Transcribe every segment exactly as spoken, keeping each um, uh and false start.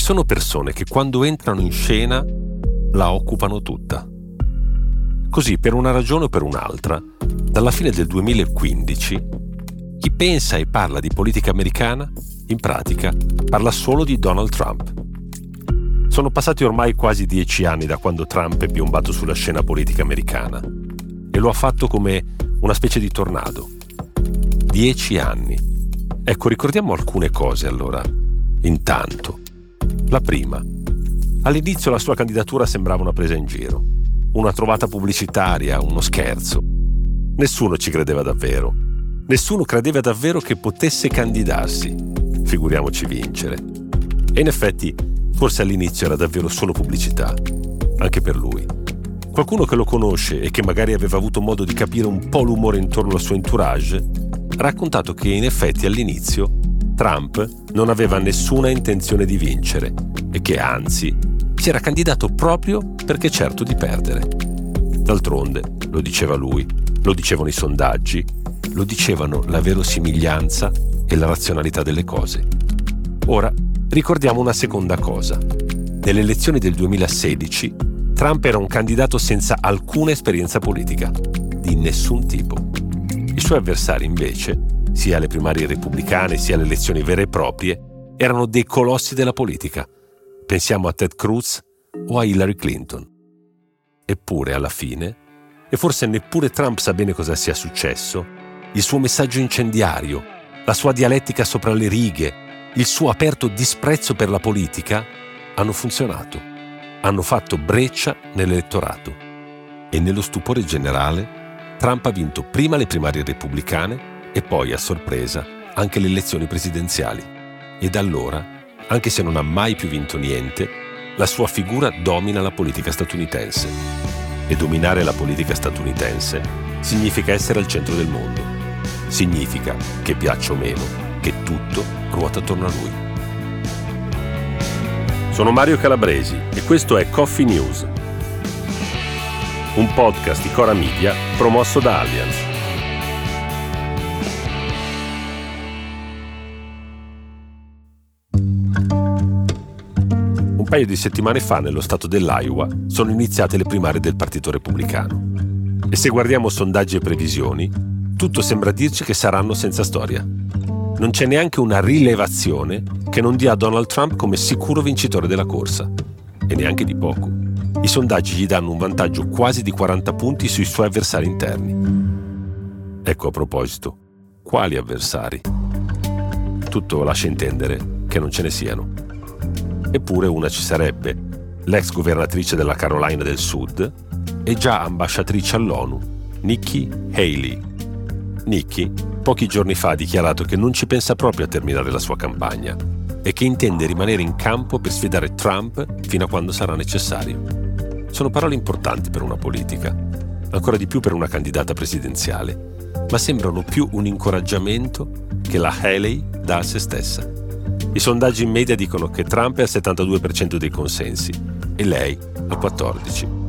sono persone che quando entrano in scena la occupano tutta. Così, per una ragione o per un'altra, dalla fine del duemilaquindici, chi pensa e parla di politica americana, in pratica, parla solo di Donald Trump. Sono passati ormai quasi dieci anni da quando Trump è piombato sulla scena politica americana e lo ha fatto come una specie di tornado. Dieci anni. Ecco, ricordiamo alcune cose allora. Intanto, la prima. All'inizio la sua candidatura sembrava una presa in giro, una trovata pubblicitaria, uno scherzo. Nessuno ci credeva davvero. Nessuno credeva davvero che potesse candidarsi, figuriamoci vincere. E in effetti, forse all'inizio era davvero solo pubblicità, anche per lui. Qualcuno che lo conosce e che magari aveva avuto modo di capire un po' l'umore intorno al suo entourage, ha raccontato che in effetti all'inizio Trump non aveva nessuna intenzione di vincere e che anzi si era candidato proprio perché certo di perdere. D'altronde, lo diceva lui, lo dicevano i sondaggi, lo dicevano la verosimiglianza e la razionalità delle cose. Ora, ricordiamo una seconda cosa. Nelle elezioni del duemilasedici, Trump era un candidato senza alcuna esperienza politica, di nessun tipo. I suoi avversari, invece, sia alle primarie repubblicane sia alle elezioni vere e proprie, erano dei colossi della politica. Pensiamo a Ted Cruz o a Hillary Clinton. Eppure, alla fine, e forse neppure Trump sa bene cosa sia successo, il suo messaggio incendiario, la sua dialettica sopra le righe, il suo aperto disprezzo per la politica hanno funzionato. Hanno fatto breccia nell'elettorato. E nello stupore generale, Trump ha vinto prima le primarie repubblicane e poi, a sorpresa, anche le elezioni presidenziali. E da allora, anche se non ha mai più vinto niente, la sua figura domina la politica statunitense. E dominare la politica statunitense significa essere al centro del mondo. Significa, che piaccia o meno, che tutto ruota attorno a lui. Sono Mario Calabresi e questo è Coffee News, un podcast di Cora Media promosso da Allianz. Un paio di settimane fa, nello stato dell'Iowa, sono iniziate le primarie del Partito Repubblicano. E se guardiamo sondaggi e previsioni, tutto sembra dirci che saranno senza storia. Non c'è neanche una rilevazione che non dia Donald Trump come sicuro vincitore della corsa. E neanche di poco. I sondaggi gli danno un vantaggio quasi di quaranta punti sui suoi avversari interni. Ecco, a proposito, quali avversari? Tutto lascia intendere che non ce ne siano. Eppure una ci sarebbe. L'ex governatrice della Carolina del Sud e già ambasciatrice all'ONU, Nikki Haley. Nikki, pochi giorni fa ha dichiarato che non ci pensa proprio a terminare la sua campagna e che intende rimanere in campo per sfidare Trump fino a quando sarà necessario. Sono parole importanti per una politica, ancora di più per una candidata presidenziale, ma sembrano più un incoraggiamento che la Haley dà a se stessa. I sondaggi in media dicono che Trump è al settantadue per cento dei consensi e lei al quattordici per cento.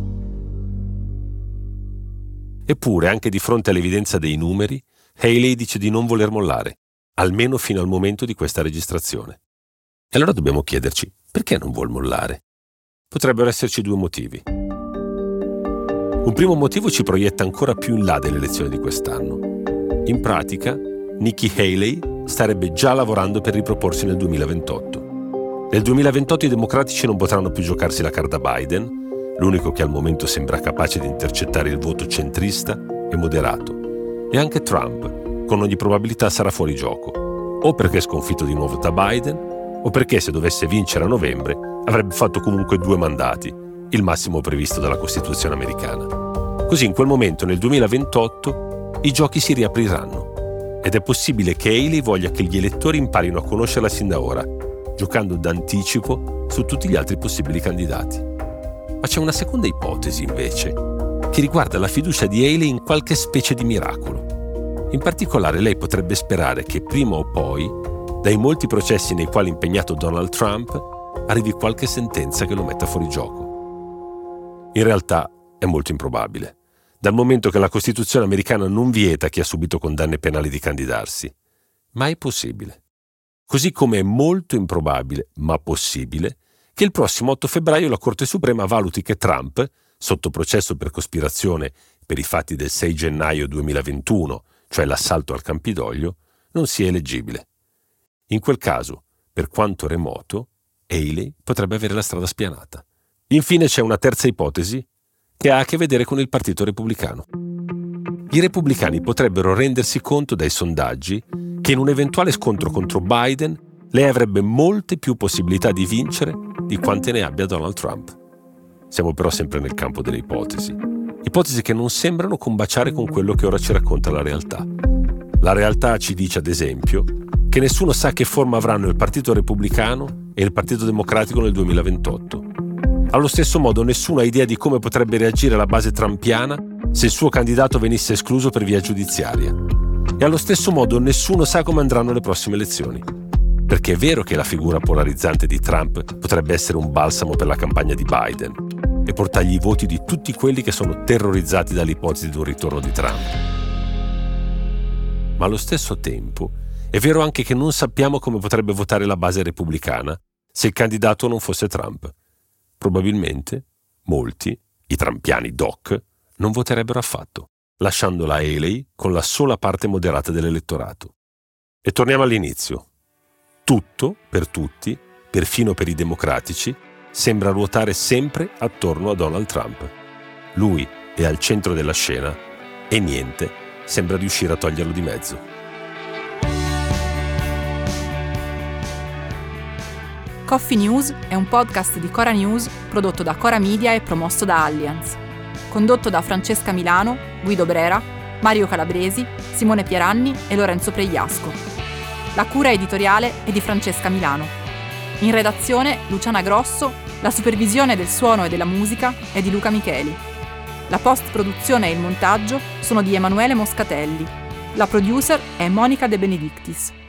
Eppure, anche di fronte all'evidenza dei numeri, Haley dice di non voler mollare, almeno fino al momento di questa registrazione. E allora dobbiamo chiederci, perché non vuol mollare? Potrebbero esserci due motivi. Un primo motivo ci proietta ancora più in là delle elezioni di quest'anno. In pratica, Nikki Haley starebbe già lavorando per riproporsi nel duemilaventotto. Nel duemilaventotto i democratici non potranno più giocarsi la carta Biden, l'unico che al momento sembra capace di intercettare il voto centrista e moderato. E anche Trump, con ogni probabilità, sarà fuori gioco, o perché è sconfitto di nuovo da Biden, o perché se dovesse vincere a novembre avrebbe fatto comunque due mandati, il massimo previsto dalla Costituzione americana. Così in quel momento, nel duemilaventotto, i giochi si riapriranno. Ed è possibile che Haley voglia che gli elettori imparino a conoscerla sin da ora, giocando d'anticipo su tutti gli altri possibili candidati. Ma c'è una seconda ipotesi, invece, che riguarda la fiducia di Haley in qualche specie di miracolo. In particolare, lei potrebbe sperare che prima o poi, dai molti processi nei quali è impegnato Donald Trump, arrivi qualche sentenza che lo metta fuori gioco. In realtà è molto improbabile, dal momento che la Costituzione americana non vieta a chi ha subito condanne penali di candidarsi. Ma è possibile. Così come è molto improbabile, ma possibile, che il prossimo otto febbraio la Corte Suprema valuti che Trump, sotto processo per cospirazione per i fatti del sei gennaio duemilaventuno, cioè l'assalto al Campidoglio, non sia eleggibile. In quel caso, per quanto remoto, Haley potrebbe avere la strada spianata. Infine c'è una terza ipotesi che ha a che vedere con il Partito Repubblicano. I repubblicani potrebbero rendersi conto dai sondaggi che in un eventuale scontro contro Biden lei avrebbe molte più possibilità di vincere di quante ne abbia Donald Trump. Siamo però sempre nel campo delle ipotesi. Ipotesi che non sembrano combaciare con quello che ora ci racconta la realtà. La realtà ci dice, ad esempio, che nessuno sa che forma avranno il Partito Repubblicano e il Partito Democratico nel duemilaventotto. Allo stesso modo nessuno ha idea di come potrebbe reagire la base trumpiana se il suo candidato venisse escluso per via giudiziaria. E allo stesso modo nessuno sa come andranno le prossime elezioni. Perché è vero che la figura polarizzante di Trump potrebbe essere un balsamo per la campagna di Biden e portargli i voti di tutti quelli che sono terrorizzati dall'ipotesi di un ritorno di Trump. Ma allo stesso tempo è vero anche che non sappiamo come potrebbe votare la base repubblicana se il candidato non fosse Trump. Probabilmente molti, i trumpiani doc, non voterebbero affatto, lasciandola Haley con la sola parte moderata dell'elettorato. E torniamo all'inizio. Tutto, per tutti, perfino per i democratici, sembra ruotare sempre attorno a Donald Trump. Lui è al centro della scena e niente sembra riuscire a toglierlo di mezzo. Coffee News è un podcast di Cora News prodotto da Cora Media e promosso da Allianz. Condotto da Francesca Milano, Guido Brera, Mario Calabresi, Simone Pieranni e Lorenzo Pregliasco. La cura editoriale è di Francesca Milano. In redazione Luciana Grosso, la supervisione del suono e della musica è di Luca Micheli. La post-produzione e il montaggio sono di Emanuele Moscatelli. La producer è Monica De Benedictis.